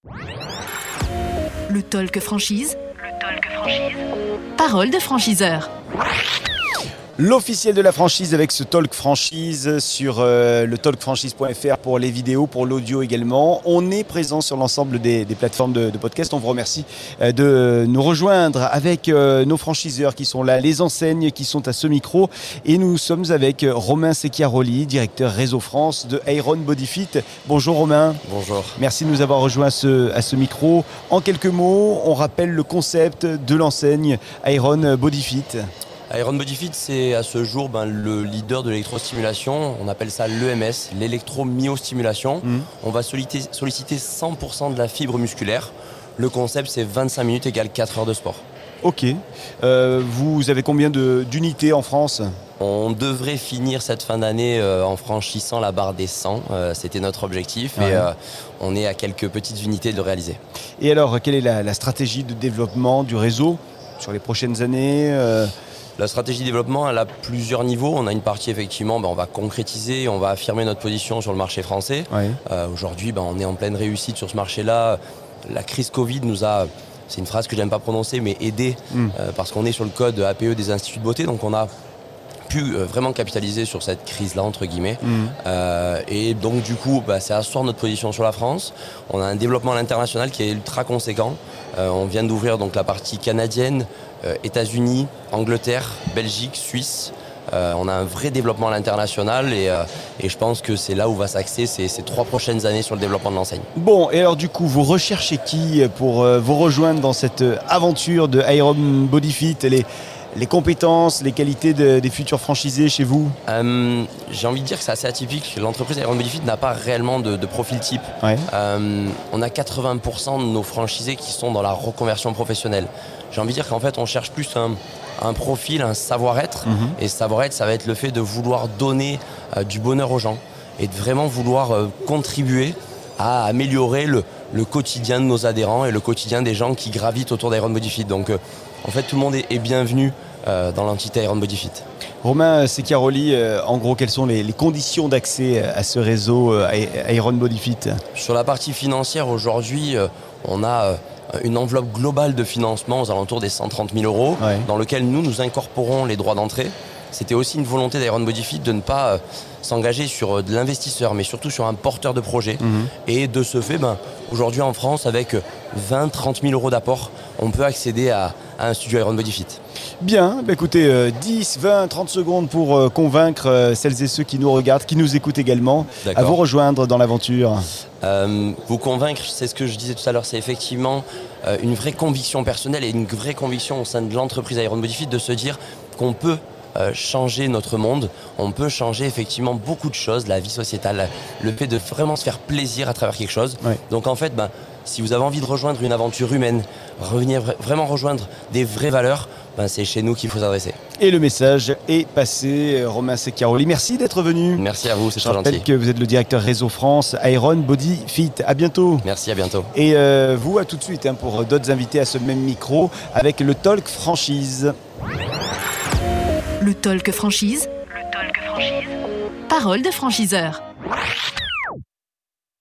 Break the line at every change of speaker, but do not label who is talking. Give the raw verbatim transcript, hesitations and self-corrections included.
Le talk franchise. Le talk franchise. Parole de franchiseur.
L'officiel de la franchise avec ce talk franchise sur euh, le talk franchise point f r pour les vidéos, pour l'audio également. On est présent sur l'ensemble des, des plateformes de, de podcast. On vous remercie euh, de nous rejoindre avec euh, nos franchiseurs qui sont là, les enseignes qui sont à ce micro. Et nous sommes avec Romain Secchiaroli, directeur Réseau France de Iron Body Fit. Bonjour Romain.
Bonjour.
Merci de nous avoir rejoints à ce, à ce micro. En quelques mots, on rappelle le concept de l'enseigne Iron Body Fit.
Iron Body Fit, c'est à ce jour ben, le leader de l'électrostimulation. On appelle ça l'E M S, l'électromyostimulation. Mmh. On va solliciter, solliciter cent pour cent de la fibre musculaire. Le concept, c'est vingt-cinq minutes égale quatre heures de sport.
Ok. Euh, vous avez combien de, d'unités en France ?
On devrait finir cette fin d'année euh, en franchissant la barre des cent. Euh, c'était notre objectif ouais. et euh, on est à quelques petites unités de le réaliser.
Et alors, quelle est la, la stratégie de développement du réseau sur les prochaines années ? euh...
La stratégie de développement, elle a plusieurs niveaux. On a une partie, effectivement, ben, on va concrétiser, on va affirmer notre position sur le marché français. Oui. Euh, aujourd'hui, ben, on est en pleine réussite sur ce marché-là. La crise Covid nous a, c'est une phrase que j'aime pas prononcer, mais aidé, mm. euh, parce qu'on est sur le code A P E des instituts de beauté. Donc on a pu euh, vraiment capitaliser sur cette crise-là, entre guillemets. Mm. Euh, et donc, du coup, ben, c'est asseoir notre position sur la France. On a un développement à l'international qui est ultra conséquent. Euh, on vient d'ouvrir donc, la partie canadienne, Euh, États-Unis, Angleterre, Belgique, Suisse. Euh, on a un vrai développement à l'international et, euh, et je pense que c'est là où va s'axer ces, ces trois prochaines années sur le développement de l'enseigne.
Bon, et alors du coup, vous recherchez qui pour euh, vous rejoindre dans cette aventure de Iron Body Fit ? les, les compétences, les qualités de, des futurs franchisés chez vous ?
euh, J'ai envie de dire que c'est assez atypique. L'entreprise Iron Body Fit n'a pas réellement de, de profil type. Ouais. Euh, on a quatre-vingts pour cent de nos franchisés qui sont dans la reconversion professionnelle. J'ai envie de dire qu'en fait, on cherche plus un, un profil, un savoir-être. Mmh. Et ce savoir-être, ça va être le fait de vouloir donner euh, du bonheur aux gens et de vraiment vouloir euh, contribuer à améliorer le, le quotidien de nos adhérents et le quotidien des gens qui gravitent autour d'Iron Body Fit. Donc, euh, en fait, tout le monde est, est bienvenu euh, dans l'entité Iron Body Fit.
Romain Secchiaroli, euh, en gros, quelles sont les, les conditions d'accès à ce réseau euh, Iron Body Fit ?
Sur la partie financière, aujourd'hui, euh, on a... Euh, une enveloppe globale de financement aux alentours des cent trente mille euros, ouais. dans lequel nous, nous incorporons les droits d'entrée. C'était aussi une volonté d'Iron Body Fit de ne pas euh, s'engager sur euh, de l'investisseur, mais surtout sur un porteur de projet. Mmh. Et de ce fait, ben, aujourd'hui en France, avec vingt à trente mille euros d'apport, on peut accéder à, à un studio Iron Body Fit.
Bien, bah écoutez, euh, dix, vingt, trente secondes pour euh, convaincre euh, celles et ceux qui nous regardent, qui nous écoutent également, D'accord. à vous rejoindre dans l'aventure.
Euh, vous convaincre, c'est ce que je disais tout à l'heure, c'est effectivement euh, une vraie conviction personnelle et une vraie conviction au sein de l'entreprise Iron Body Fit de se dire qu'on peut euh, changer notre monde, on peut changer effectivement beaucoup de choses, la vie sociétale, le fait de vraiment se faire plaisir à travers quelque chose. Oui. Donc en fait, ben, si vous avez envie de rejoindre une aventure humaine, revenir vraiment rejoindre des vraies valeurs, ben c'est chez nous qu'il faut s'adresser.
Et le message est passé. Romain Secchiaroli, merci d'être venu.
Merci à vous, c'est
très
gentil.
Je rappelle que vous êtes le directeur Réseau France Iron Body Fit. À bientôt.
Merci, à bientôt.
Et euh, vous, à tout de suite hein, pour d'autres invités à ce même micro avec le Talk Franchise.
Le Talk Franchise. Le Talk Franchise. Parole de franchiseur.